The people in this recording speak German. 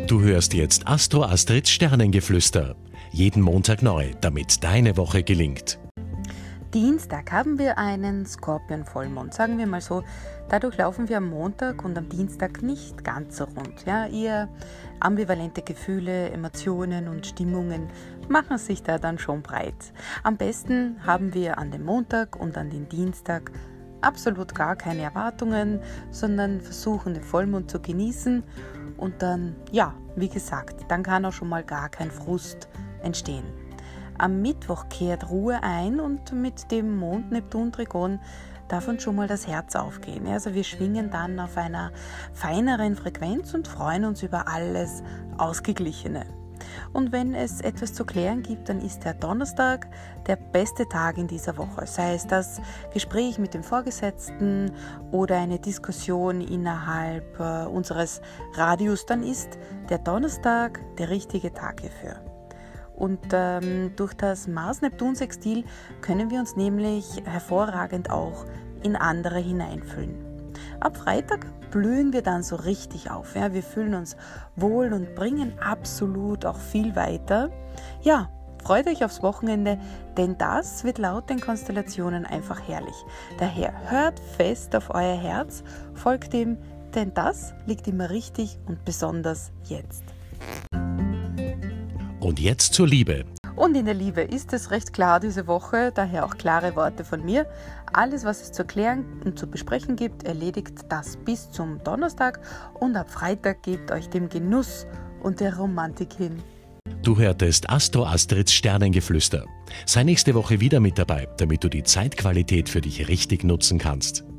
Du hörst jetzt Astro Astrids Sternengeflüster. Jeden Montag neu, damit deine Woche gelingt. Dienstag haben wir einen Skorpion-Vollmond, sagen wir mal so. Dadurch laufen wir am Montag und am Dienstag nicht ganz so rund. Ja, eher ambivalente Gefühle, Emotionen und Stimmungen machen sich da dann schon breit. Am besten haben wir an dem Montag und an den Dienstag absolut gar keine Erwartungen, sondern versuchen, den Vollmond zu genießen. Und dann, ja, wie gesagt, dann kann auch schon mal gar kein Frust entstehen. Am Mittwoch kehrt Ruhe ein und mit dem Mond-Neptun-Trigon darf uns schon mal das Herz aufgehen. Also wir schwingen dann auf einer feineren Frequenz und freuen uns über alles Ausgeglichene. Und wenn es etwas zu klären gibt, dann ist der Donnerstag der beste Tag in dieser Woche. Sei es das Gespräch mit dem Vorgesetzten oder eine Diskussion innerhalb unseres Radius, dann ist der Donnerstag der richtige Tag hierfür. Und durch das Mars-Neptun-Sextil können wir uns nämlich hervorragend auch in andere hineinfühlen. Ab Freitag blühen wir dann so richtig auf. Ja? Wir fühlen uns wohl und bringen absolut auch viel weiter. Ja, freut euch aufs Wochenende, denn das wird laut den Konstellationen einfach herrlich. Daher hört fest auf euer Herz, folgt dem, denn das liegt immer richtig und besonders jetzt. Und jetzt zur Liebe. Und in der Liebe ist es recht klar diese Woche, daher auch klare Worte von mir. Alles, was es zu klären und zu besprechen gibt, erledigt das bis zum Donnerstag und ab Freitag gebt euch dem Genuss und der Romantik hin. Du hörtest Astro Astrids Sternengeflüster. Sei nächste Woche wieder mit dabei, damit du die Zeitqualität für dich richtig nutzen kannst.